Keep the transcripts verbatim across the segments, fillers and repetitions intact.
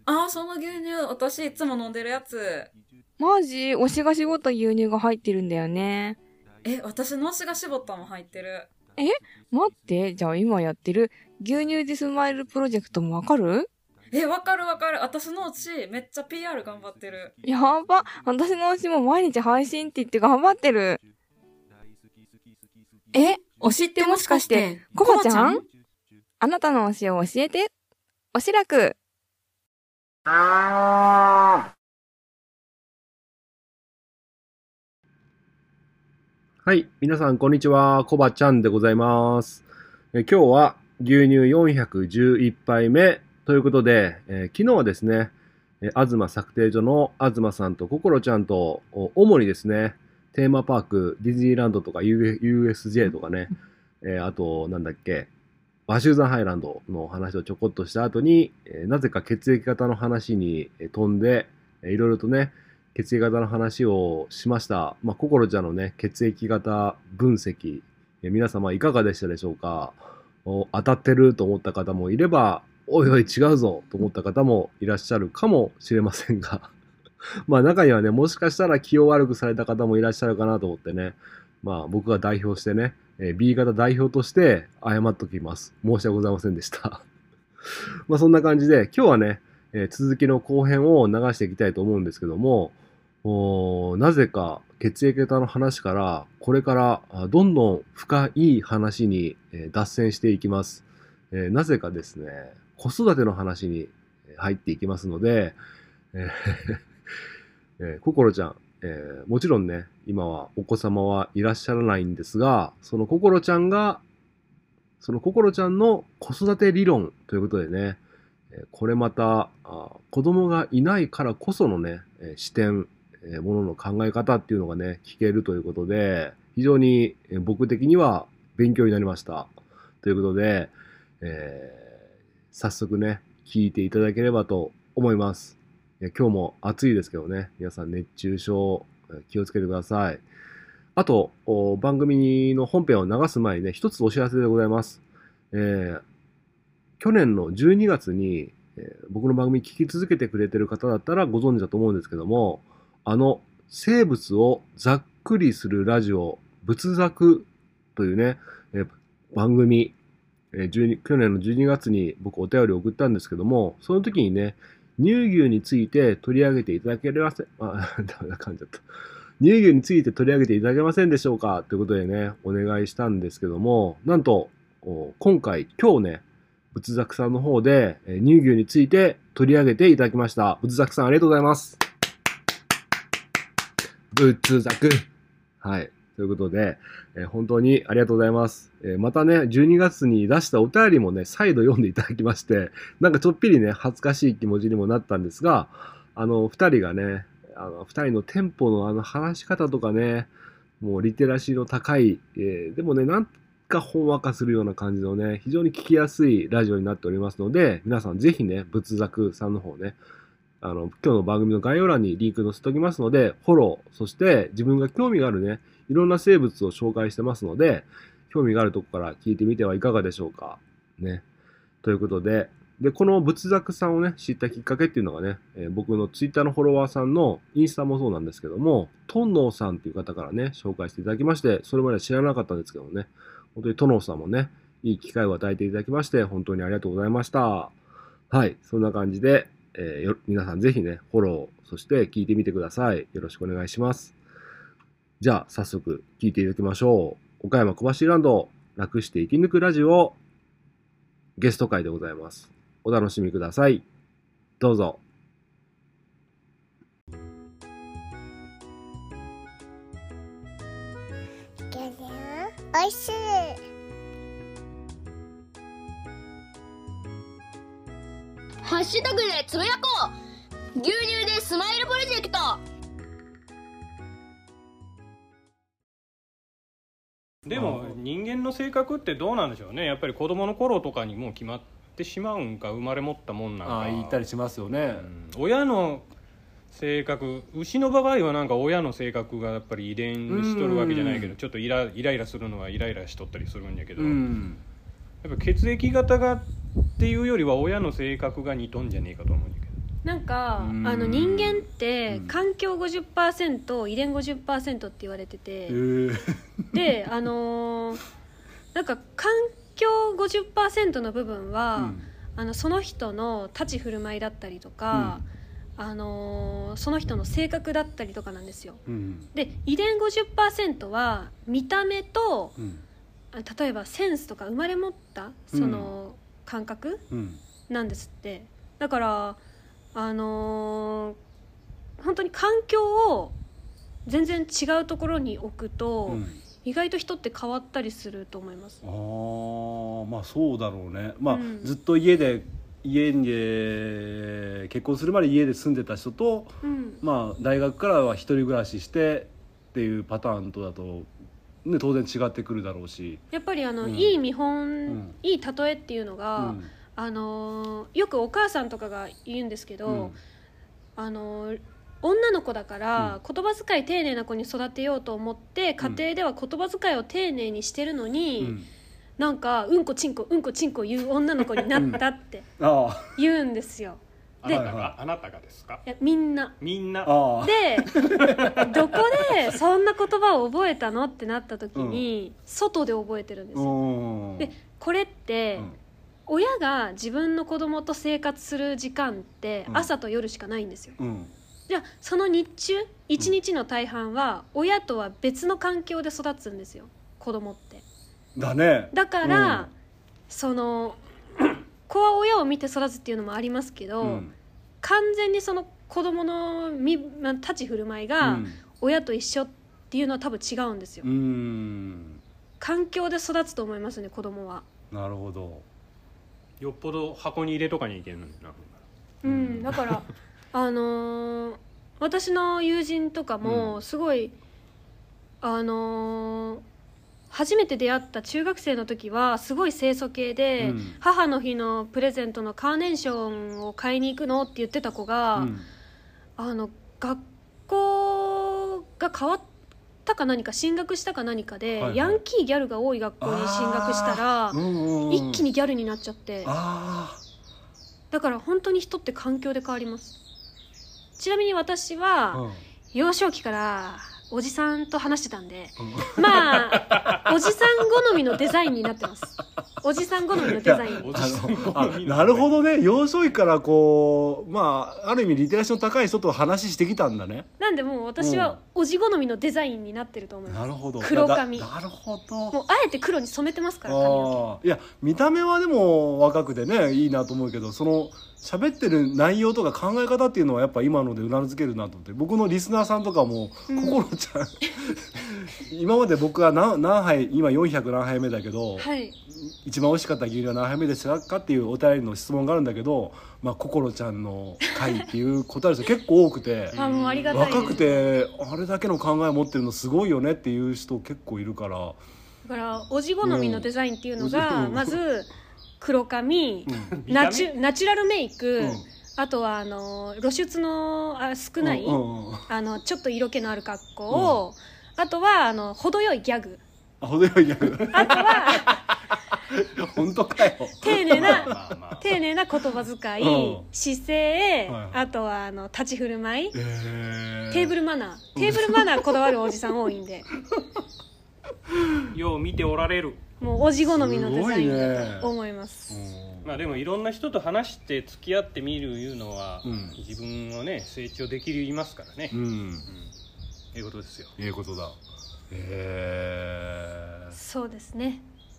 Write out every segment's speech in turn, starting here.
あー、その牛乳、私いつも飲んでるやつ。 マジ推しが絞った牛乳が入ってるんだよね。 え、私の推しが絞ったも入ってる。 え待って、じゃあ今やってる牛乳でスマイルプロジェクトもわかる？ え、わかるわかる。私の推し、めっちゃ ピーアール 頑張ってる。 やば。私の推しも毎日配信って言って頑張ってる。え推しってもしかして、コバちゃん？あなたの推しを教えて。おしらく。 はい。皆さん、こんにちは。コバちゃんでございます。え今日は牛乳よんひゃくじゅういち杯目ということで、えー昨日はですね、えー東作定所の東さんと心ちゃんと、お主にですね、テーマパーク、ディズニーランドとか ユーエスジェー とかね、えーあと、なんだっけ、バシューザンハイランドの話をちょこっとした後に、えーなぜか血液型の話にえー飛んで、えーいろいろとね、血液型の話をしました。まあ、心ちゃんのね、血液型分析、えー皆様いかがでしたでしょうか？お当たってると思った方もいれば、おいおい違うぞと思った方もいらっしゃるかもしれませんが、まあ中にはね、もしかしたら気を悪くされた方もいらっしゃるかなと思ってね、まあ僕が代表してね、えー B 型代表として謝っときます。申し訳ございませんでした。まあそんな感じで、今日はね、えー続きの後編を流していきたいと思うんですけども、おーなぜか血液型の話から、これからあどんどん深い話に、えー脱線していきます。えーなぜかですね、子育ての話にえー入っていきますので、えーえー、心ちゃん、えーもちろんね、今はお子様はいらっしゃらないんですが、その心ちゃんが、その心ちゃんの子育て理論ということでね、えーこれまたあ子供がいないからこそのね、えー視点、えーものの考え方っていうのがね、聞けるということで、非常にえー僕的には勉強になりました。ということで、えー早速ね、聞いていただければと思います。いや今日も暑いですけどね、皆さん熱中症えー気をつけてください。あと、お番組の本編を流す前にね、一つお知らせでございます。えー去年のじゅうにがつに、えー僕の番組聞き続けてくれてる方だったらご存知だと思うんですけども、あの、生物をざっくりするラジオ、仏作というね、えー番組、えーじゅうに去年のじゅうにがつに僕お便りを送ったんですけども、その時にね、乳牛について取り上げていただければせ、あ、ダメだ、噛んじゃった。乳牛について取り上げていただけませんでしょうかということでね、お願いしたんですけども、なんと、お今回、今日ね、仏作さんの方で、えー乳牛について取り上げていただきました。仏作さんありがとうございます。仏作。はい。ということで、えー本当にありがとうございます。えーまたね、じゅうにがつに出したお便りもね、再度読んでいただきまして、なんかちょっぴりね、恥ずかしい気持ちにもなったんですが、あの、二人がね、あの、二人のテンポのあの話し方とかね、もうリテラシーの高い、えーでもね、なんかほんわかするような感じのね、非常に聞きやすいラジオになっておりますので、皆さんぜひね、仏作さんの方ね、あの、今日の番組の概要欄にリンク載せておきますので、フォロー、そして自分が興味があるね、いろんな生物を紹介してますので、興味があるところから聞いてみてはいかがでしょうか。ね。ということで、で、この仏作さんをね、知ったきっかけっていうのがね、えー僕のツイッターのフォロワーさんのインスタもそうなんですけども、トンノーさんっていう方からね、紹介していただきまして、それまで知らなかったんですけどもね、本当にトノーさんもね、いい機会を与えていただきまして、本当にありがとうございました。はい、そんな感じで、えーよ皆さんぜひね、フォロー、そして聞いてみてください。よろしくお願いします。じゃあ、早速聞いていただきましょう。岡山小橋ランド、楽して生き抜くラジオ、ゲスト会でございます。お楽しみください。どうぞ。 おいしい。 ハッシュタグでつぶやこう。牛乳でスマイルプロジェクト。 でも人間の性格ってどうなんでしょうね。やっぱり子供の頃とかにもう決まってしまうんか、生まれ持ったもんなんか。 ああ言ったりしますよね、 うん、親の性格、牛の場合はなんか親の性格がやっぱり遺伝しとるわけじゃないけど、ちょっとイライライラするのはイライラしとったりするんやけど、 うん、 やっぱ血液型がっていうよりは親の性格が似とんじゃねえかと思うんやけど。 なんかあの人間って環境 ごじゅっパーセント 遺伝 ごじゅっパーセント って言われてて、であのー、なんか環境 ごじゅっパーセント の部分は、うん、あのその人の立ち振る舞いだったりとか、うん、あのー、その人の性格だったりとかなんですよ、うん、で遺伝 ごじゅっパーセント は見た目と、うん、例えばセンスとか生まれ持ったその感覚、うん、なんですって。だからあのー、本当に環境を全然違うところに置くと、うん、意外と人って変わったりすると思います。 あまあそうだろうね、まあうん、ずっと家で家に結婚するまで家で住んでた人と、うん、まあ大学からは一人暮らししてっていうパターンとだと、ね、当然違ってくるだろうし、 やっぱりあの、うん、いい見本、うん、いい例えっていうのが、うんあのー、よくお母さんとかが言うんですけど、うん、あのー、女の子だから、うん、言葉遣い丁寧な子に育てようと思って家庭では言葉遣いを丁寧にしてるのに、うん、なんかうんこちんこうんこちんこ言う女の子になったって言うんですよ。 で、あなたが、あなたがですか？ いやみんなみんなでどこでそんな言葉を覚えたのってなった時に、うん、外で覚えてるんですよ。でこれって、うん親が自分の子供と生活する時間って朝と夜しかないんですよ、うん、じゃあその日中一日の大半は親とは別の環境で育つんですよ子供ってだね。 だから、うん、その子は親を見て育つっていうのもありますけど、うん、完全にその子供のみ立ち振る舞いが親と一緒っていうのは多分違うんですよ、うん、環境で育つと思いますね子供は。 なるほど。 よっぽど箱に入れとかにいけるのにな。 うん、だからあのー、私の友人とかもすごい、うん、あのー、初めて出会った中学生の時はすごい清楚系で、うん、母の日のプレゼントのカーネーションを買いに行くのって言ってた子が、うん、あの学校が変わったか何か進学したか何かで、はいはい、ヤンキーギャルが多い学校に進学したら、うんうんうん、一気にギャルになっちゃって、あだから本当に人って環境で変わります。ちなみに私は、うん、幼少期からおじさんと話してたんで、うん、まあおじさん好みのデザインになってます。おじさん好みのデザイン。 あなるほどね。幼少期からこうまあある意味リテラシーの高い人と話してきたんだね。 なんでもう私はおじ好みのデザインになってると思います。 なるほど。 黒髪。 なるほど。 もうあえて黒に染めてますから髪の毛。いや見た目はでも若くてねいいなと思うけど、その喋ってる内容とか考え方っていうのはやっぱ今のでうなずけるなと思って、僕のリスナーさんとかも、うん、心ちゃん今まで僕は 何, 何杯今よんひゃく何杯目だけど、はい、一番美味しかった牛乳は何杯目でしたかっていうお便りの質問があるんだけど、まあ、心ちゃんの回っていう答える人結構多くてあもうありがたいです。 若くてあれだけの考えを持ってるのすごいよねっていう人結構いるから、だからおじ好みのデザインっていうのが、うん、まず黒髪、うん、ナ, チュナチュラルメイク、うん、あとはあの露出のあ少ない、うんうん、あのちょっと色気のある格好を、うん、あとはあの程よいギャグ、 あ程よいギャグあとは本当かよ丁寧な丁寧な言葉遣い、うん、姿勢、はいはい、あとはあの立ち振る舞い、えー、テーブルマナーテーブルマナーこだわるおじさん多いんでよう見ておられる。 もうおじ好みのデザインだと思います。 まあでもいろんな人と話して付き合ってみるいうのは、うん、自分をね成長できる言いますからね。うん。うん、ええことですよ。 ええことだ。へえ。 そうですね。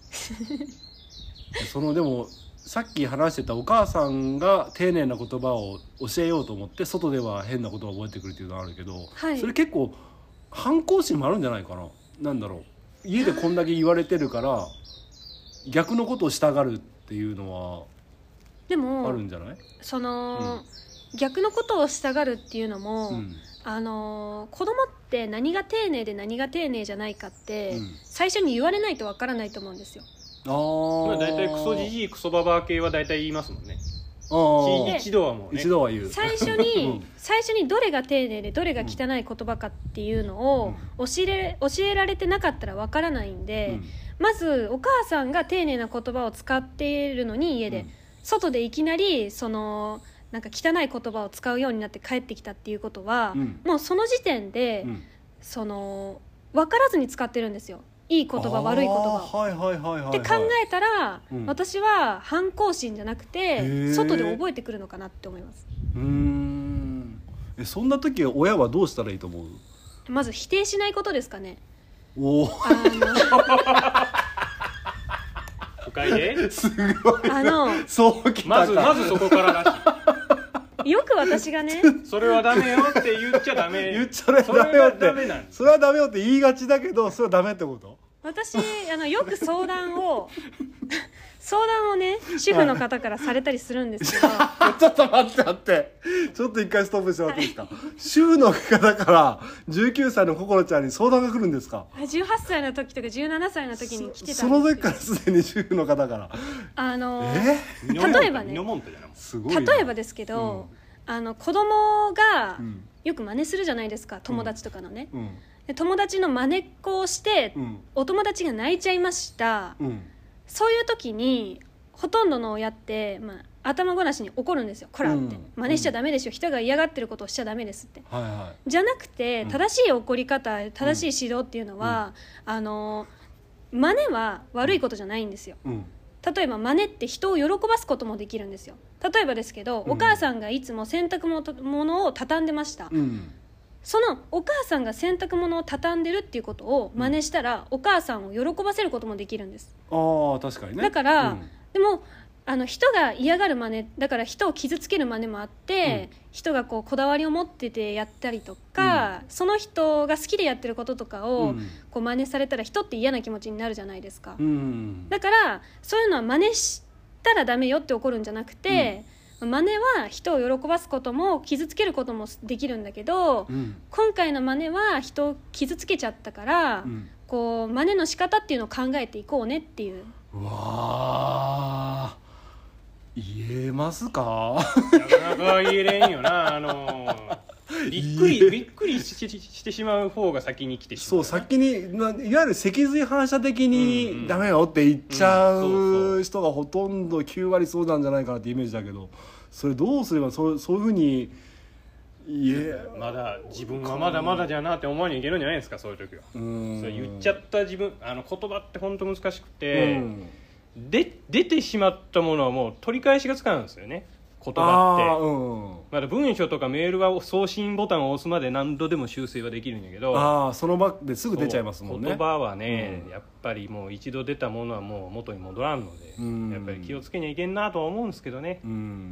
そのでもさっき話してたお母さんが丁寧な言葉を教えようと思って外では変な言葉を覚えてくるっていうのがあるけど、はい、それ結構反抗心もあるんじゃないかな。なんだろう。家でこんだけ言われてるから逆のことをしたがるっていうのはでもあるんじゃない？ その、うん、逆のことをしたがるっていうのも、うん、あの子供って何が丁寧で何が丁寧じゃないかって、うん、最初に言われないとわからないと思うんですよ。 ああ、だいたいクソじじいクソババア系はだいたい言いますもんね。あ一度はもうね一度は言う。 最初に、うん、最初にどれが丁寧でどれが汚い言葉かっていうのを教え、教えられてなかったらわからないんで、うん、まずお母さんが丁寧な言葉を使っているのに家で、うん、外でいきなりそのなんか汚い言葉を使うようになって帰ってきたっていうことは、 うん、 もうその時点で、うん、その分からずに使ってるんですよ。いい言葉悪い言葉を、 はいはいはいはい、 って考えたら、うん、私は反抗心じゃなくて外で覚えてくるのかなって思います。 うーん、えそんな時親はどうしたらいいと思う？ まず否定しないことですかね。 お深いですごい。 あのそうきたか。 まずまずそこからだしよく私がねそれはダメよって言っちゃダメ言っちゃダメよってそれはダメよって言いがちだけどそれはダメってこと？ 私あのよく相談を相談をね主婦の方からされたりするんですけどちょっと待って待ってちょっと一回ストップしてもらっていいですか、はい、主婦の方からじゅうきゅうさいの心ちゃんに相談が来るんですか？ じゅうはっさいの時とかじゅうななさいの時に来てたんですけど、 その時からすでに主婦の方からあのえ例えばねすごい例えばですけど、うん、あの子供がよく真似するじゃないですか、友達とかのね、うんうん、で友達の真似っこをして、うん、お友達が泣いちゃいました、うん、そういう時にほとんどの親って、まあ、頭ごなしに怒るんですよ。こらって、うん、真似しちゃダメでしょ、うん、人が嫌がってることをしちゃダメですって、はいはい、じゃなくて正しい怒り方、うん、正しい指導っていうのは、うん、あの真似は悪いことじゃないんですよ、うん、例えば真似って人を喜ばすこともできるんですよ。例えばですけど、うん、お母さんがいつも洗濯物を畳んでました、うん、そのお母さんが洗濯物を畳んでるっていうことを真似したら、うん、お母さんを喜ばせることもできるんです。 あ確かにね。 だから、うん、でもあの人が嫌がる真似だから人を傷つける真似もあって、うん、人がこうこだわりを持っててやったりとか、うん、その人が好きでやってることとかを、うん、こう真似されたら人って嫌な気持ちになるじゃないですか、うん、だからそういうのは真似したらダメよって怒るんじゃなくて、うん、真似は人を喜ばすことも傷つけることもできるんだけど、うん、今回の真似は人を傷つけちゃったから、うん、こう真似の仕方っていうのを考えていこうねっていう。 うわー言えますか？ なかなか言えれんよな。あのー、びっくりびっくり し, し, してしまう方が先に来てしまう。 そう先にいわゆる脊髄反射的にダメよって言っちゃう人がほとんどきゅうわりそうなんじゃないかなってイメージだけど、それどうすればそうそういうふうに言えまだ自分はまだまだじゃなって思わにいけるんじゃないですか。そういう時はうんそれ言っちゃった自分あの言葉って本当難しくて、うんで出てしまったものはもう取り返しがつかないんですよね。言葉って、うん、まだ文章とかメールが送信ボタンを押すまで何度でも修正はできるんやけど、 あその場ですぐ出ちゃいますもんね。 言葉はね、うん、やっぱりもう一度出たものはもう元に戻らんので、うん、やっぱり気をつけにはいけんなとは思うんですけどね、うん、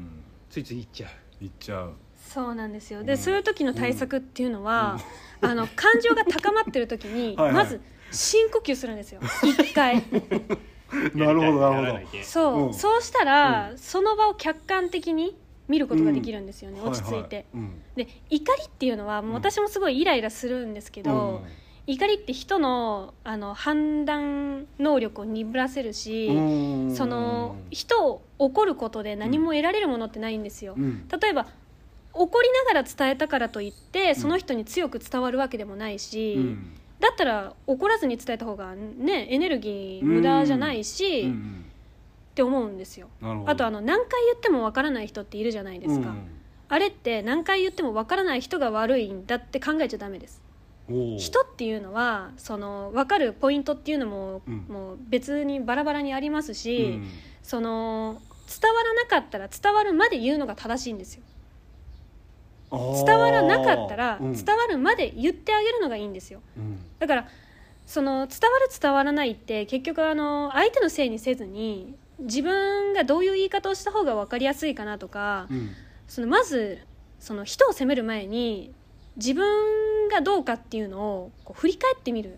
ついつい言っちゃう言っちゃうそうなんですよ。で、うん、そういう時の対策っていうのは、うん、あの感情が高まってる時にはい、はい、まず深呼吸するんですよ一回なるほどなるほど。 そう、うん、そうしたら、うん、その場を客観的に見ることができるんですよね、うん、落ち着いて、はいはいうん、で怒りっていうのはもう私もすごいイライラするんですけど、うん、怒りって人 の, あの判断能力を鈍らせるし、うん、その人を怒ることで何も得られるものってないんですよ、うん、例えば怒りながら伝えたからといってその人に強く伝わるわけでもないし、うんだったら怒らずに伝えた方がねエネルギー無駄じゃないし、うんうん、って思うんですよ。あとあの何回言ってもわからない人っているじゃないですか、うん、あれって何回言ってもわからない人が悪いんだって考えちゃダメです。人っていうのはその分かるポイントっていうのも、うん、もう別にバラバラにありますし、うん、その伝わらなかったら伝わるまで言うのが正しいんですよ。伝わらなかったら、うん、伝わるまで言ってあげるのがいいんですよ、うん、だからその伝わる伝わらないって結局あの相手のせいにせずに自分がどういう言い方をした方が分かりやすいかなとか、うん、そのまずその人を責める前に自分がどうかっていうのをこう振り返ってみる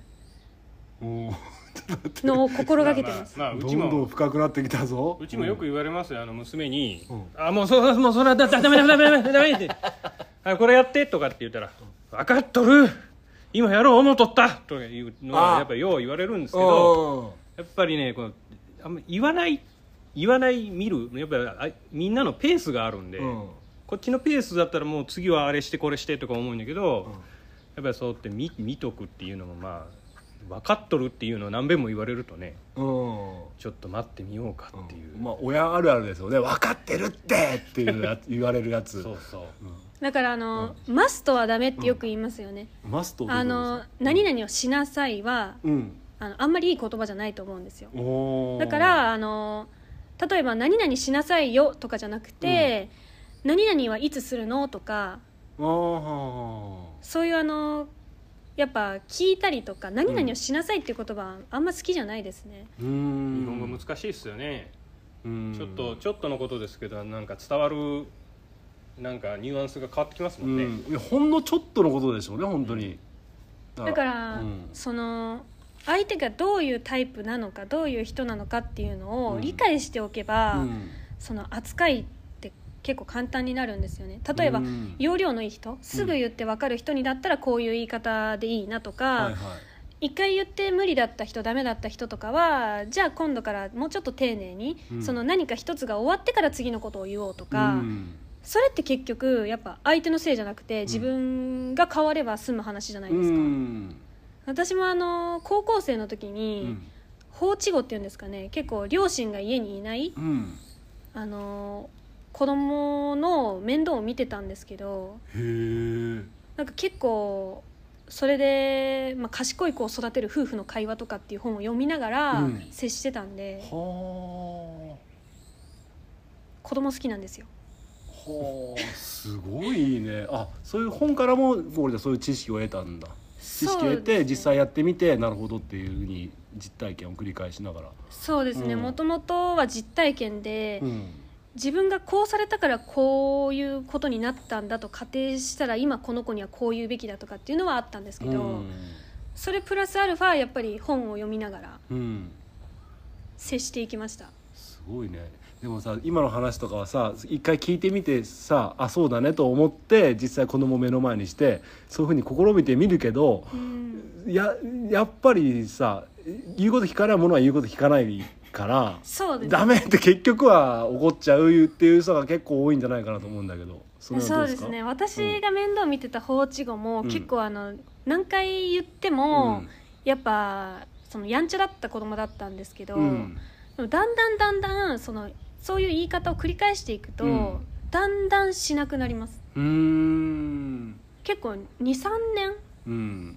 のを心がけてます。 まあまあ、うちもどんどん深くなってきたぞ。 うちもよく言われますよ、あの娘に、うん、あもうそもうそれはだダメダメダメダメダメってあこれやってとかって言ったら分かっとる今やろう思うとったとかいうのはやっぱりよう言われるんですけど、やっぱりねこのあんま言わない言わない見るやっぱりみんなのペースがあるんで、うん、こっちのペースだったらもう次はあれしてこれしてとか思うんだけど、うん、やっぱりそうって 見, 見とくっていうのもまあ分かっとるっていうのを何遍も言われるとね、 うん、 ちょっと待ってみようかっていう、 うん、まあ親あるあるですよね。分かってるってっていうや言われるやつ。 そうそう、うん、 だからあの、うん、マストはダメってよく言いますよね、 うん、マストあの何々をしなさいは、うん、あのあんまりいい言葉じゃないと思うんですよ。だからあの例えば何々しなさいよとかじゃなくて、うん、何々はいつするのとか、そういうあのやっぱ聞いたりとか何々をしなさいっていう言葉あんま好きじゃないですね。 うん、日本語難しいですよね。うんちょっとちょっとのことですけどなんか伝わるなんかニュアンスが変わってきますもんね。うん、 いやほんのちょっとのことでしょうね本当に。 だから、うん、その相手がどういうタイプなのかどういう人なのかっていうのを理解しておけば、うん、その扱いって結構簡単になるんですよね。例えば、うん、容量のいい人すぐ言って分かる人にだったらこういう言い方でいいなとか、はいはい、一回言って無理だった人ダメだった人とかはじゃあ今度からもうちょっと丁寧に、うん、その何か一つが終わってから次のことを言おうとか、うん、それって結局やっぱ相手のせいじゃなくて自分が変われば済む話じゃないですか。うん、私もあの高校生の時に、うん、放置子っていうんですかね、結構両親が家にいない、うん、あの子供の面倒を見てたんですけど、へー、なんか結構それで、まあ、賢い子を育てる夫婦の会話とかっていう本を読みながら接してたんで、うん、は子供好きなんですよ。 はあ、すごいね。あ、そういう本からも俺でそういう知識を得たんだ。知識を得て、ね、実際やってみてなるほどっていうふうに実体験を繰り返しながら。 そうですね、もともとは実体験で、うん、自分がこうされたからこういうことになったんだと仮定したら今この子にはこう言うべきだとかっていうのはあったんですけど、うん、それプラスアルファやっぱり本を読みながら接していきました。 すごいね。でもさ今の話とかはさ一回聞いてみてさあそうだねと思って実際子供を目の前にしてそういうふうに試みてみるけど、うん、や, やっぱりさ言うこと聞かないものは言うこと聞かないからそうです、ね、 ダメって結局は怒っちゃうっていう人が結構多いんじゃないかなと思うんだけど、それはどうですか？ そうですね、私が面倒見てた放置後も、うん、結構あの何回言っても、うん、やっぱそのやんちゃだった子供だったんですけど、うん、だんだんだんだんそのそういう言い方を繰り返していくと、うん、だんだんしなくなります。うーん結構 にさんねん、うん、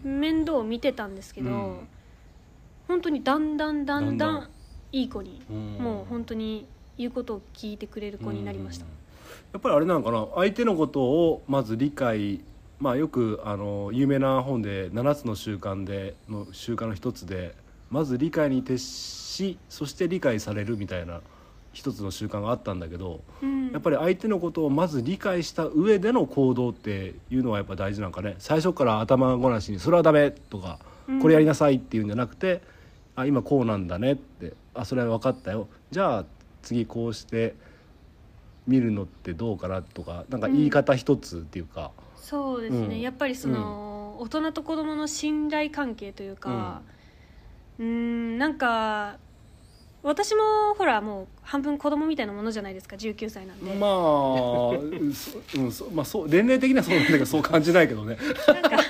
面倒を見てたんですけど、うん、本当にだんだんだんだんいい子に、うん、もう本当に言うことを聞いてくれる子になりました。 やっぱりあれなのかな、相手のことをまず理解、まあ、よくあの有名な本でななつの習慣での習慣の一つでまず理解に徹しそして理解されるみたいな一つの習慣があったんだけど、うん、やっぱり相手のことをまず理解した上での行動っていうのはやっぱ大事なんかね。最初から頭ごなしにそれはダメとか、うん、これやりなさいっていうんじゃなくて、あ今こうなんだねって、あそれは分かったよ、じゃあ次こうして見るのってどうかなとか、なんか言い方一つっていうか、 うん、そうですね、うん、やっぱりその、うん、大人と子供の信頼関係というか、うん、うーんなんか私もほらもう半分子供みたいなものじゃないですか、じゅうきゅうさいなんで。 まあ、うんそまあ、そう年齢的にはそうなんだけどそう感じないけどね。なんか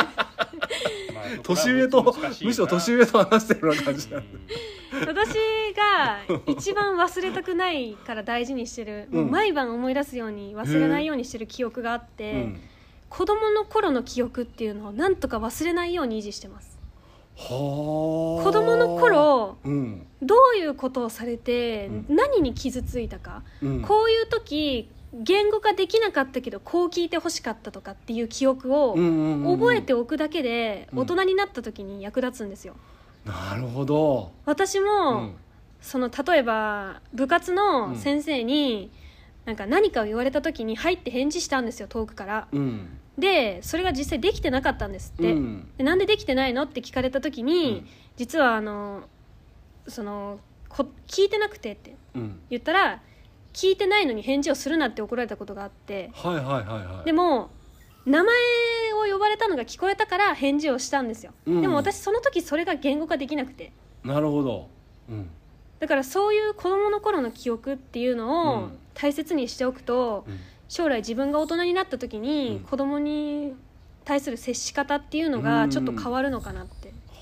年上とむしろ年上と話してるような感じなんで。 私が一番忘れたくないから大事にしてる、うん、もう毎晩思い出すように忘れないようにしてる記憶があって、うん、子供の頃の記憶っていうのをなんとか忘れないように維持してます。は子供の頃、うん、どういうことをされて、うん、何に傷ついたか、うん、こういう時言語化できなかったけどこう聞いてほしかったとかっていう記憶を覚えておくだけで大人になった時に役立つんですよ。 うん、なるほど。 私も、うん、その例えば部活の先生に、うん、なんか何かを言われた時に入って返事したんですよ、遠くから。うんでそれが実際できてなかったんですって、うん、でなんでできてないのって聞かれた時に、うん、実はあのそのこ聞いてなくてって言ったら、うん、聞いてないのに返事をするなって怒られたことがあって、はいはいはいはい、でも名前を呼ばれたのが聞こえたから返事をしたんですよ、うん、でも私その時それが言語化できなくて。 なるほど、うん、 だからそういう子供の頃の記憶っていうのを大切にしておくと、うん将来自分が大人になった時に子供に対する接し方っていうのがちょっと変わるのかなって、 う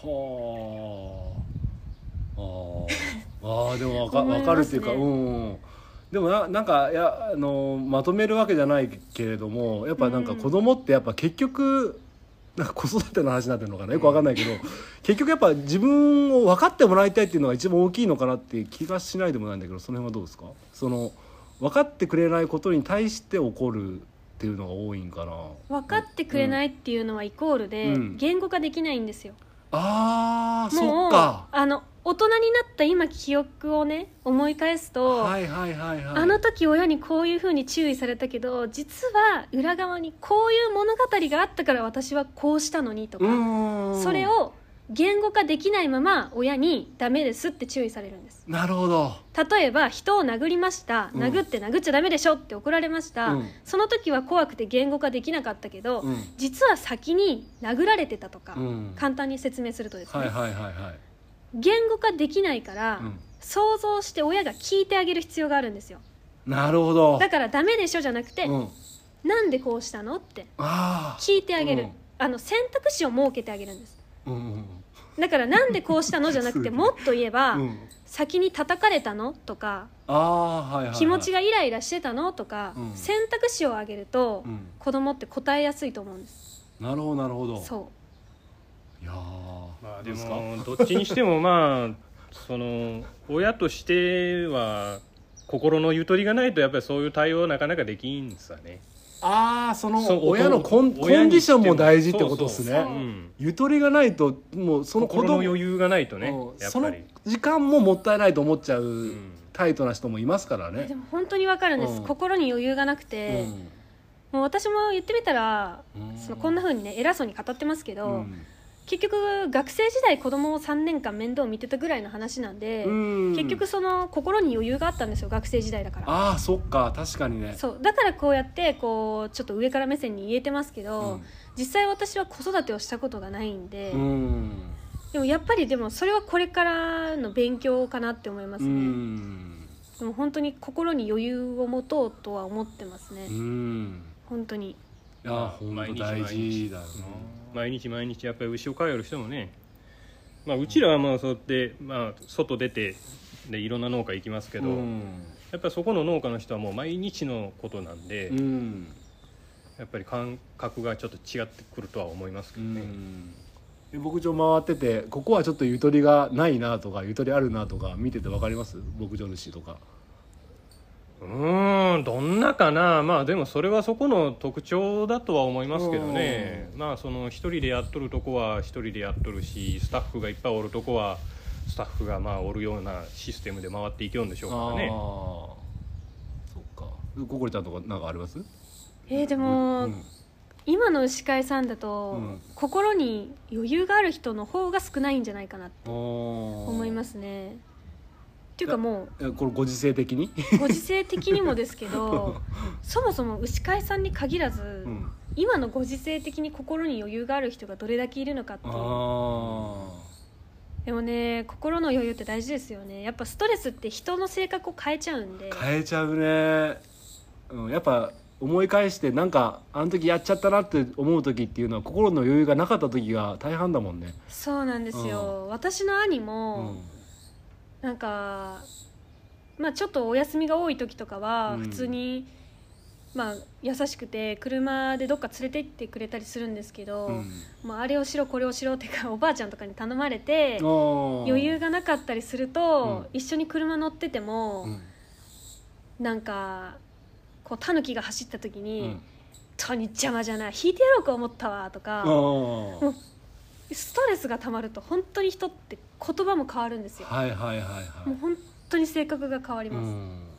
あああでもわか、わかるっていうか、うん、でも な, なんかいやあのまとめるわけじゃないけれどもやっぱなんか子供ってやっぱ結局なんか子育ての話になってるのかなよくわかんないけど、うん、結局やっぱ自分を分かってもらいたいっていうのが一番大きいのかなって気がしないでもないんだけど、その辺はどうですか？その分かってくれないことに対して起こるっていうのが多いんかな。 分かってくれないっていうのはイコールで、うん、言語化できないんですよ。 あー、 そっか。 あの大人になった今記憶をね思い返すと、 はいはいはいはい、 あの時親にこういう風に注意されたけど実は裏側にこういう物語があったから私はこうしたのにとか、それを言語化できないまま親にダメですって注意されるんです。 なるほど。 例えば人を殴りました、うん、殴って殴っちゃダメでしょって怒られました、うん、その時は怖くて言語化できなかったけど、うん、実は先に殴られてたとか、うん、簡単に説明するとですね、 はいはいはいはい、 言語化できないから、うん、想像して親が聞いてあげる必要があるんですよ。 なるほど。 だからダメでしょじゃなくて、うん、なんでこうしたのって聞いてあげる、うん、あの選択肢を設けてあげるんです、うん、だからなんでこうしたのじゃなくてもっと言えば、うん、先に叩かれたのとか、 あ、はいはいはい、 気持ちがイライラしてたのとか、うん、選択肢を挙げると、うん、子供って答えやすいと思うんです。 なるほどなるほど。 そういやまあでもどっちにしてもまあその親としては心のゆとりがないとやっぱりそういう対応はなかなかできんですわね。 ああ、その親のコン、コンディションも大事ってことですね。そうそうそう、うん、ゆとりがないともうその子供心の余裕がないとね、やっぱりその時間ももったいないと思っちゃうタイトな人もいますからね。 でも本当にわかるんです、うん、心に余裕がなくて、うん、もう私も言ってみたら、うん、そのこんな風にね偉そうに語ってますけど、うん、結局学生時代子供をさんねんかん面倒を見てたぐらいの話なんで、うん、結局その心に余裕があったんですよ、学生時代だから。 ああ、そっか、確かにね。 そうだからこうやってこうちょっと上から目線に言えてますけど、うん、実際私は子育てをしたことがないんで、うん、でもやっぱりでもそれはこれからの勉強かなって思いますね。うん、でも本当に心に余裕を持とうとは思ってますね。うん、本当に。 いや、本当大事だよな。 毎日毎日やっぱり牛を飼える人もね、まあ、うちらはまあそうやって、まあ、外出てでいろんな農家行きますけど、うん、やっぱりそこの農家の人はもう毎日のことなんで、うん、やっぱり感覚がちょっと違ってくるとは思いますけどね。 うん、牧場回っててここはちょっとゆとりがないなとかゆとりあるなとか見てて分かります？牧場主とか。 うーん、どんなかな。まあでもそれはそこの特徴だとは思いますけどね。まあその一人でやっとるとこは一人でやっとるし、スタッフがいっぱいおるとこはスタッフがまあおるようなシステムで回っていけるんでしょうからね。あ、 そっか。ココリちゃんとかなんかあります？ えー、でも、うん、今の牛飼いさんだと、うん、心に余裕がある人の方が少ないんじゃないかなって思いますね。っていうかもうこれご時世的にご時世的にもですけどそもそも牛飼いさんに限らず、うん、今のご時世的に心に余裕がある人がどれだけいるのかっていう。あ、でもね、心の余裕って大事ですよね。やっぱストレスって人の性格を変えちゃうんで。 変えちゃうね、うん、やっぱ思い返してなんかあの時やっちゃったなって思う時っていうのは心の余裕がなかった時が大半だもんね。 そうなんですよ、うん、私の兄も、うん、なんか、まあ、ちょっとお休みが多い時とかは普通に、うん、まあ、優しくて車でどっか連れて行ってくれたりするんですけど、うん、まあ、あれをしろこれをしろってかおばあちゃんとかに頼まれて余裕がなかったりすると、うん、一緒に車乗ってても、うん、なんかこうタヌキが走った時に、うん、とに邪魔じゃない引いてやろうか思ったわとか、もうストレスがたまると本当に人って言葉も変わるんですよ。 はいはいはいはい。 もう本当に性格が変わります。うん、 なる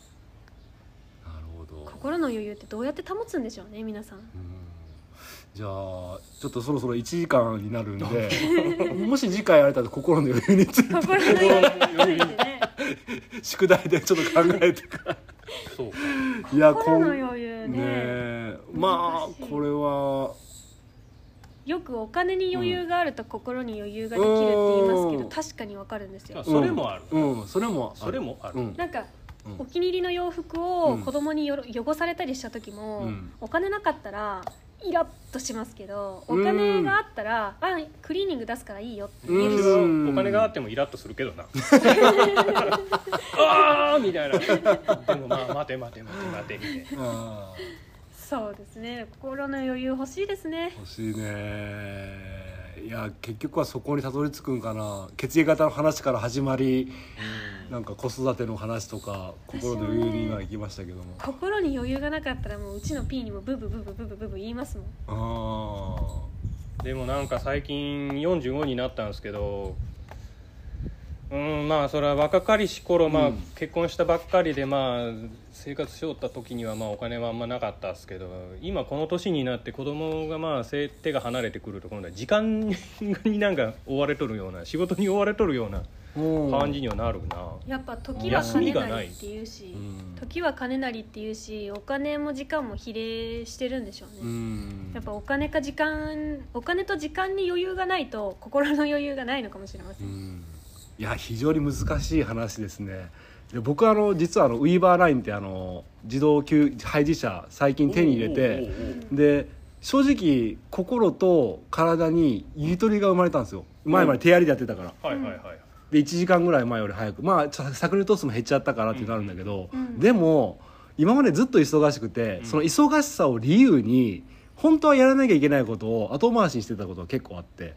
ほど。 心の余裕ってどうやって保つんでしょうね、皆さん。うん、 じゃあちょっとそろそろいちじかんになるんでもし次回やれたら心の余裕について心の余裕についてね宿題でちょっと考えてからそうか。 いや、 心の余裕 ね, ねまあこれはよくお金に余裕があると心に余裕ができるって言いますけど、確かにわかるんですよ。 それもある、 うんうん、それもそれもある、うん、 なんか、うん、お気に入りの洋服を子供によろ汚されたりした時も、うん、お金なかったらイラッとしますけど、お金があったらあクリーニング出すからいいよって言えるし、 お金があってもイラッとするけどなあーみたいなでもまあ待て待て待て待てみたいな。 そうですね、心の余裕欲しいですね。 欲しいね。いや結局はそこにたどり着くんかな。血液型の話から始まり、うん、なんか子育ての話とか心の余裕に今行きましたけども、 心に余裕がなかったらもううちの P にもブブブブブブブブ言いますもん。 あでもなんか最近よんじゅうごになったんですけど、うんまあそれは若かりし頃、まあ、結婚したばっかりでまあ生活しよった時にはまあお金はあんまなかったですけど、今この年になって子供がまあ手が離れてくると今度は時間になんか追われとるような、仕事に追われとるような感じにはなるな。 やっぱ時は金なりっていうし、時は金なりっていうし、お金も時間も比例してるんでしょうね。うんやっぱお金か時間、お金と時間に余裕がないと心の余裕がないのかもしれません。うんいや非常に難しい話ですね。で僕はあの実はあのウィーバーラインってあの自動給配自車最近手に入れて、で正直心と体にゆとりが生まれたんですよ。前まで手やりでやってたから、はいはいはい、でいちじかんぐらい前より早く、まあ搾乳トーストも減っちゃったからってなるんだけど、うん、でも今までずっと忙しくて、うん、その忙しさを理由に本当はやらなきゃいけないことを後回しにしてたことが結構あって、うん、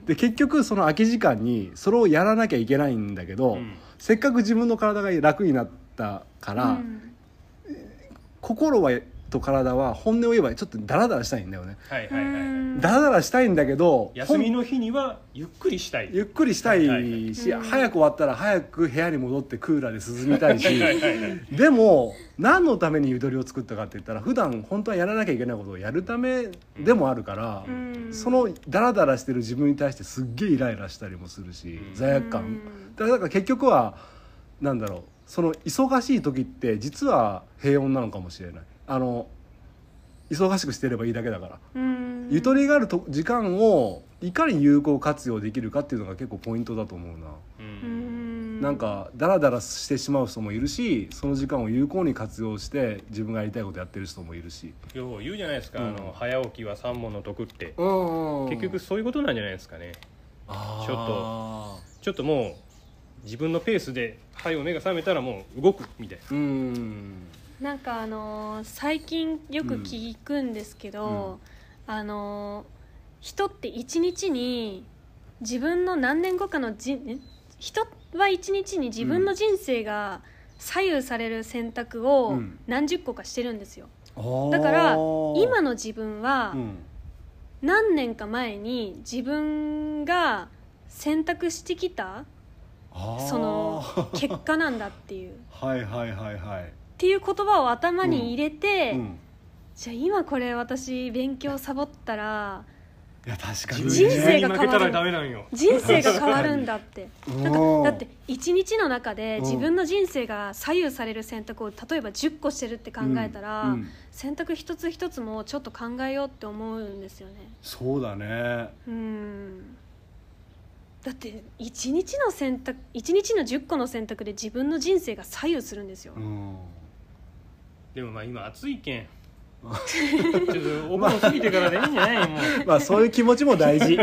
で結局その空き時間にそれをやらなきゃいけないんだけど、うん、せっかく自分の体が楽になったから、うん、心はと体は本音を言えばちょっとダラダラしたいんだよね。はいはいはい、ダラダラしたいんだけど休みの日にはゆっくりしたいゆっくりしたいし、はいはいはい、早く終わったら早く部屋に戻ってクーラーで涼みたいしはいはい、はい、でも何のためにゆとりを作ったかって言ったら普段本当はやらなきゃいけないことをやるためでもあるから、うん、そのダラダラしてる自分に対してすっげえイライラしたりもするし、うん、罪悪感だから結局はなんだろう、その忙しい時って実は平穏なのかもしれない。あの忙しくしてればいいだけだから、うんゆとりがあると時間をいかに有効活用できるかっていうのが結構ポイントだと思うな。うんなんかダラダラしてしまう人もいるし、その時間を有効に活用して自分がやりたいことやってる人もいるし、 よう言うじゃないですか、うん、あの早起きは三問の得って、うん、結局そういうことなんじゃないですかね。あちょっとちょっともう自分のペースで早う目が覚めたらもう動くみたいな。うんなんかあのー、最近よく聞くんですけど、うん、あのー、人って一日に自分の何年後かのじ人は一日に自分の人生が左右される選択を何十個かしてるんですよ、うん、だから今の自分は何年か前に自分が選択してきたその結果なんだっていうはいはいはいはいっていう言葉を頭に入れて、うんうん、じゃあ今これ私勉強サボったらいや確かに人生が変わる人生が変わるんだってなんかだって一日の中で自分の人生が左右される選択を例えばじゅっこしてるって考えたら、うんうん、選択一つ一つもちょっと考えようって思うんですよね。 そうだね。 うんだって一日の選択一日のじゅっこの選択で自分の人生が左右するんですよ。うんでもまあ今暑いけんちょっとお盆過ぎてからでいいんじゃないもうまあそういう気持ちも大事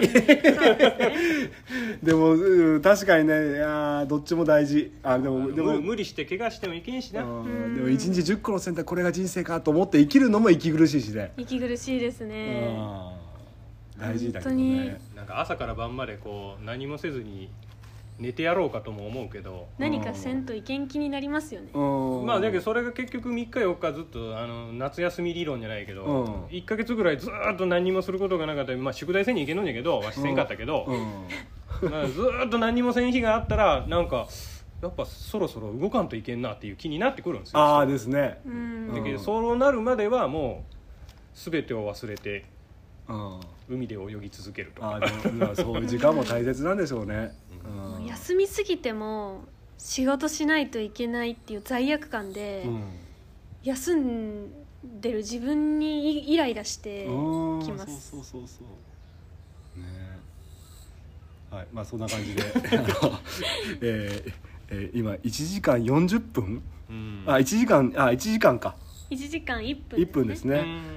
でも、うん、確かにねいやどっちも大事。あでもでも無理して怪我してもいけんしな。でも一日じゅっこの選択これが人生かと思って生きるのも息苦しいしね。 息苦しいですね。 大事だけどね。 なんか朝から晩までこう何もせずに寝てやろうかとも思うけど何かせんといけん気になりますよね。 まあだけどそれが結局みっかよっかずっとあの夏休み理論じゃないけどいっかげつぐらいずっと何もすることがなかったら、まあ、宿題せんにいけんのんやけどわしせんかったけど、まあ、ずっと何もせん日があったらなんかやっぱそろそろ動かんといけんなっていう気になってくるんですよ。 ああですね。 だけどそうなるまではもう全てを忘れて海で泳ぎ続けるとか。 あでもそういう時間も大切なんでしょうね。 うん、休みすぎても仕事しないといけないっていう罪悪感で、うん、休んでる自分にイライラしてきます。 そうそうそうそうね。はいまあそんな感じでえーえー、今いちじかんよんじゅっぷん、うん、あいちじかんあいちじかんかいちじかんいっぷんですね。 いっぷんですね。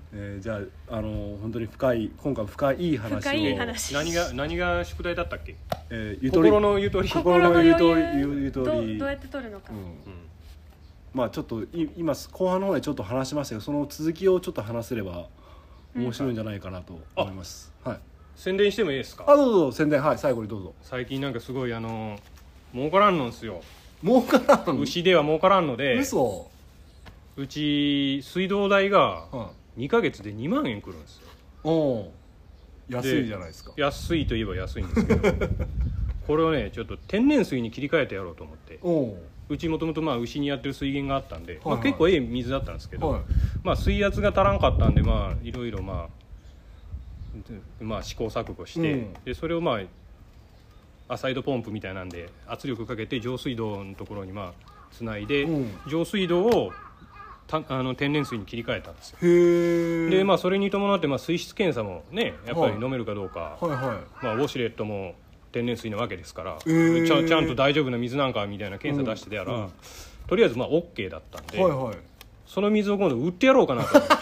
えー、じゃあ、あのー、本当に深い今回深い話を深い話何が何が宿題だったっけ？ えー、ゆとり心のゆとり。 心のゆとり心の余裕ゆとりどどうやって取るのか、 うんうんまあちょっとい今後半の方でちょっと話しましたけどその続きをちょっと話せれば面白いんじゃないかなと思います、うん、はい宣伝してもいいですか？ あどうぞどうぞ宣伝はい最後にどうぞ最近なんかすごいあの儲からんのんですよ。 儲からん牛では儲からんので、 嘘うち水道代がはいにかげつでにまんえんくるんですよ。 おお安いじゃないですか安いといえば安いんですけどこれをねちょっと天然水に切り替えてやろうと思って、 おおうちもともとまあ牛にやってる水源があったんで、 はいまあ、結構ええ水だったんですけど、 はいまあ、水圧が足らんかったんでまあいろいろまあまあ試行錯誤して、 うんでそれをまあアサイドポンプみたいなんで圧力かけて上水道のところにまあつないで、 うん上水道をたあの天然水に切り替えたんですよ。 へえでまあそれに伴ってまあ水質検査もねやっぱり飲めるかどうか、 はいはいまあ、ウォシュレットも天然水なわけですから、 へーちゃちゃんと大丈夫な水なんかみたいな検査出してたら、 うんうんとりあえずまあ OK だったんで、 はいはいその水を今度売ってやろうかなと思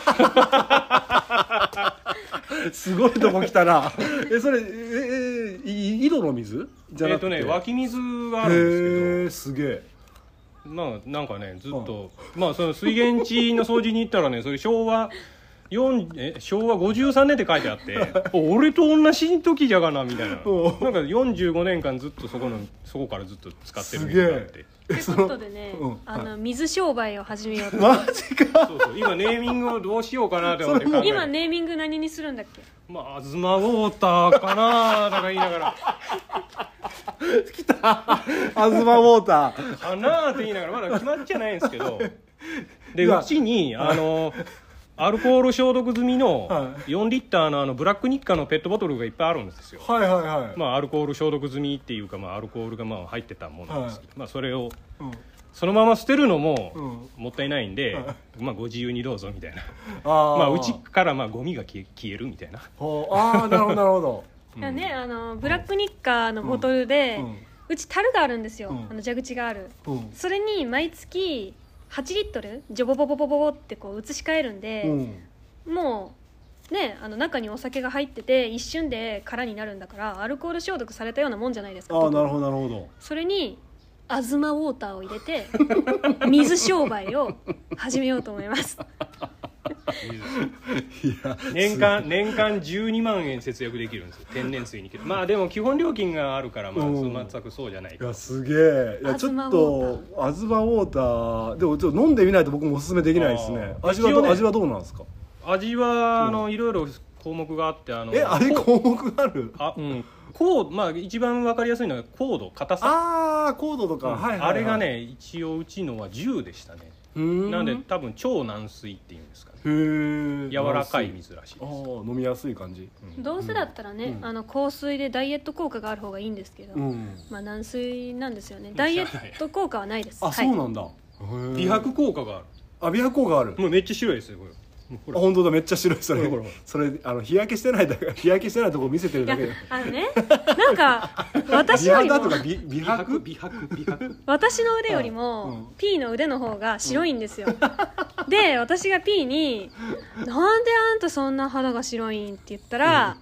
ってすごいとこ来たなえそれええい井戸の水じゃなくてえっとね湧き水があるんですけど、 へえすげえまあなんかねずっと、まあその水源地の掃除に行ったらねそれ昭和よんえ昭和ごじゅうさんねんって書いてあってお俺と同じ時じゃがなみたいなおなんかよんじゅうごねんかんずっとそこのそこからずっと使ってる水があってすということでね、 うんあの水商売を始めようと、 マジかそうそう今ネーミングをどうしようかなって思って考えて今ネーミング何にするんだっけ？ まあ東ウォーターかなとか言いながら来たアズマウォーターかなって言いながらまだ決まっちゃないんですけどでうわうちにあのアルコール消毒済みのはよんリッターのあのブラックニッカのペットボトルがいっぱいあるんですよ。 はいはいはい、 まあアルコール消毒済みっていうかまあアルコールがまあ入ってたものなんですけど、まあそれをうんそのまま捨てるのもうんもったいないんで、 はまあご自由にどうぞみたいな。 あーまあうちからまあゴミが消え消えるみたいな。 ほうああなるほどなるほどいやね、あのブラックニッカーのボトルで、 うんうち樽があるんですよ、 うんあの蛇口がある。 うんそれに毎月はちリットルジョボボボボボボってこう移し替えるんで、 うんもうねあの中にお酒が入ってて一瞬で空になるんだからアルコール消毒されたようなもんじゃないですか。 ああなるほどなるほどそれにアズマウォーターを入れて水商売を始めようと思いますいや年間年間じゅうにまんえん節約できるんですよ天然水に。まあでも基本料金があるからまあうん全くそうじゃないいやすげえいやちょっとアズマウォーターでもちょっと飲んでみないと僕もおすすめできないですねあー味はど、 一応ね味はどうなんですか味はあのいろいろ項目があってあのえあれ項目あるあうん高まあ一番わかりやすいのは高度硬さ。 ああコードとか、 うんはいはいはい、 あれがね一応うちのはじゅうでしたね。 うーんなんで多分超軟水っていうんですかね。 へえ柔らかい水らしいああです。 飲みやすい感じどうせだったらね、 うんあの香水でダイエット効果がある方がいいんですけど、 うんまあ軟水なんですよね。ダイエット効果はないです。 あ、 はい、 そうなんだへえ美白効果がある。 あ美白効果あるもうめっちゃ白いですよこれ。もうほらあ本当だめっちゃ白いそれほらほらほらそれあの日焼けしてないだけ日焼けしてないとこ見せてるいやだけであのねなんか私よりも美肌とか美美白美白美白。 私の腕よりも、 うん P の腕の方が白いんですよ、で私が P に「なんであんたそんな肌が白いん?」って言ったら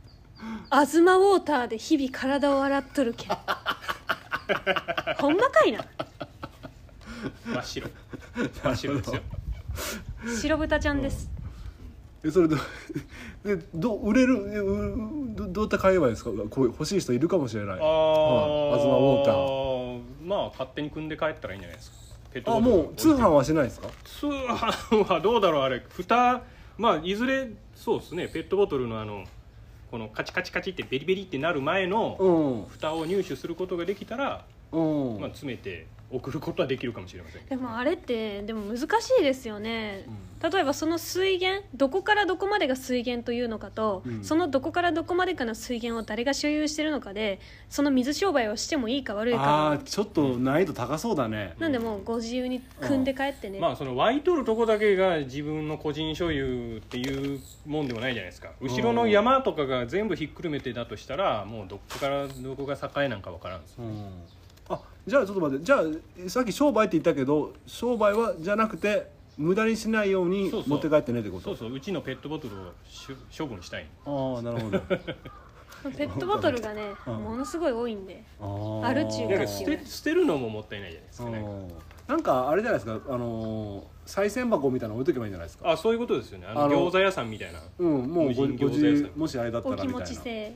「アズマウォーターで日々体を洗っとるけん」ほんまかいな。 真っ白真っ白ですよ。 白豚ちゃんです、 えそれどでど売れるえうどどうやって買えばいいですかこう欲しい人いるかもしれないあはいアズマウォーターーまあ勝手に組んで帰ったらいいんじゃないですか。ペットあボトルもう通販はしないですか通販はどうだろうあれ蓋まあいずれそうですねペットボトルのあのこのカチカチカチってベリベリってなる前のうん蓋を入手することができたら、 うん、 まあ、詰めて送ることはできるかもしれませんけど。 でもあれってでも難しいですよね、例えばその水源どこからどこまでが水源というのかと、 うんそのどこからどこまでかの水源を誰が所有してるのかでその水商売をしてもいいか悪いあかあちょっと難易度高そうだねなんでもうご自由に組んで帰ってね、 まあその湧いとるとこだけが自分の個人所有っていうもんでもないじゃないですか。後ろの山とかが全部ひっくるめてだとしたらもうどこからどこが境なんかわからんですよ。 うんあじゃあちょっと待ってじゃあさっき商売って言ったけど商売はじゃなくて無駄にしないようにそうそう持って帰ってねってこと。 そうそう、うちのペットボトルをし処分したい。 ああなるほど。 ペットボトルがねうんものすごい多いんであーアルチューなんか捨て捨てるのももったいないじゃないですかね。 なんかあれじゃないですか、あのー、賽銭箱みたいなの置いとけばいいんじゃないですか。 あ、そういうことですよね。あのあの餃子屋さんみたいな。 うん、もうご無人ご餃子屋さん自もしあれだったらお気持みたいな。 ち制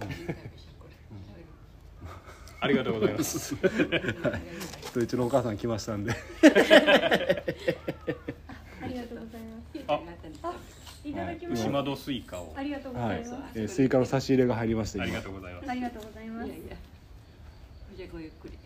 ありがとうございます。 はい、ちょっとうちのお母さん来ましたんで。 ありがとうございますあ、 いただきます島戸スイカを。 ありがとうごはいざいます、 えー、スイカの差し入れが入りまして。 ありがとうございます。 ありがとうございますじゃあごゆっくり。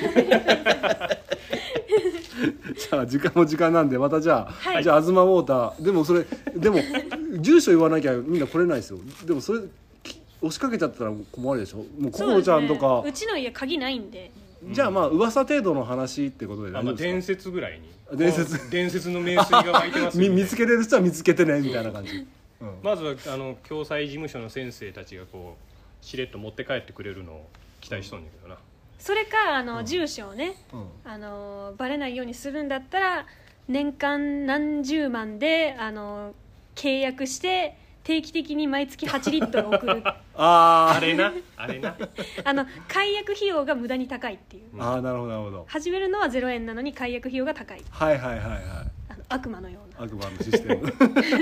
じゃあ時間も時間なんでまたじゃあ、 はいじゃあ東ウォーターでもそれでも住所言わなきゃみんな来れないですよ。でもそれき押しかけちゃったら困るでしょ。もうココロちゃんとか、 そうですね、うちの家鍵ないんでじゃあまあ噂程度の話ってことであ、まあ伝大丈夫です説ぐらいに。 伝説あ伝説の名水が湧いてますか。 よね。 み見つけれる人は見つけてねみたいな感じ。うんまずはあの共済事務所の先生たちがこうしれっと持って帰ってくれるのを期待しとんだけどな。 それかあの、住所をねうんあのバレないようにするんだったら年間何十万であの契約して定期的に毎月はちリットル送るああれな、あれな。 あの解約費用が無駄に高いっていうーあーなるほどなるほど。 始めるのはゼロえんなのに解約費用が高いはいはいはいはい。 あの悪魔のような悪魔のシステム。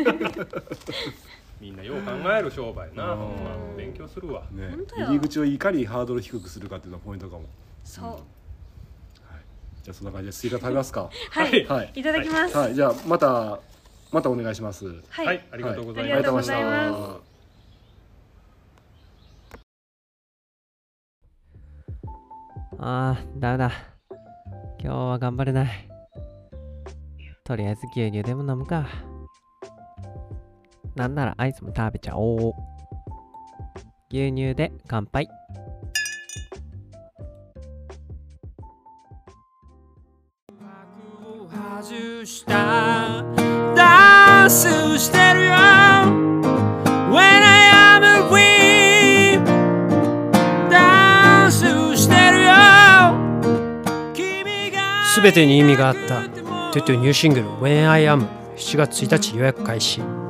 みんなよう考える商売な。 うんほんま勉強するわ。 ね本当よ入り口をいかにハードル低くするかっていうのがポイントかも。 そう、 じゃあそんな感じでスイカ食べますか。 はい、 はいいただきます、 はい、じゃあまたまたお願いします。 はい、 はい、ありがとうございます。 ありがとうございますありがとうございまああ、ダメだ。今日は頑張れない。とりあえず牛乳でも飲むか。なんならアイスも食べちゃおう。牛乳で乾杯。外したダンスしてるよ When I am a queen ダンスしてるよすべてに意味があったトゥトゥニューシングル When I Am しちがつついたち予約開始。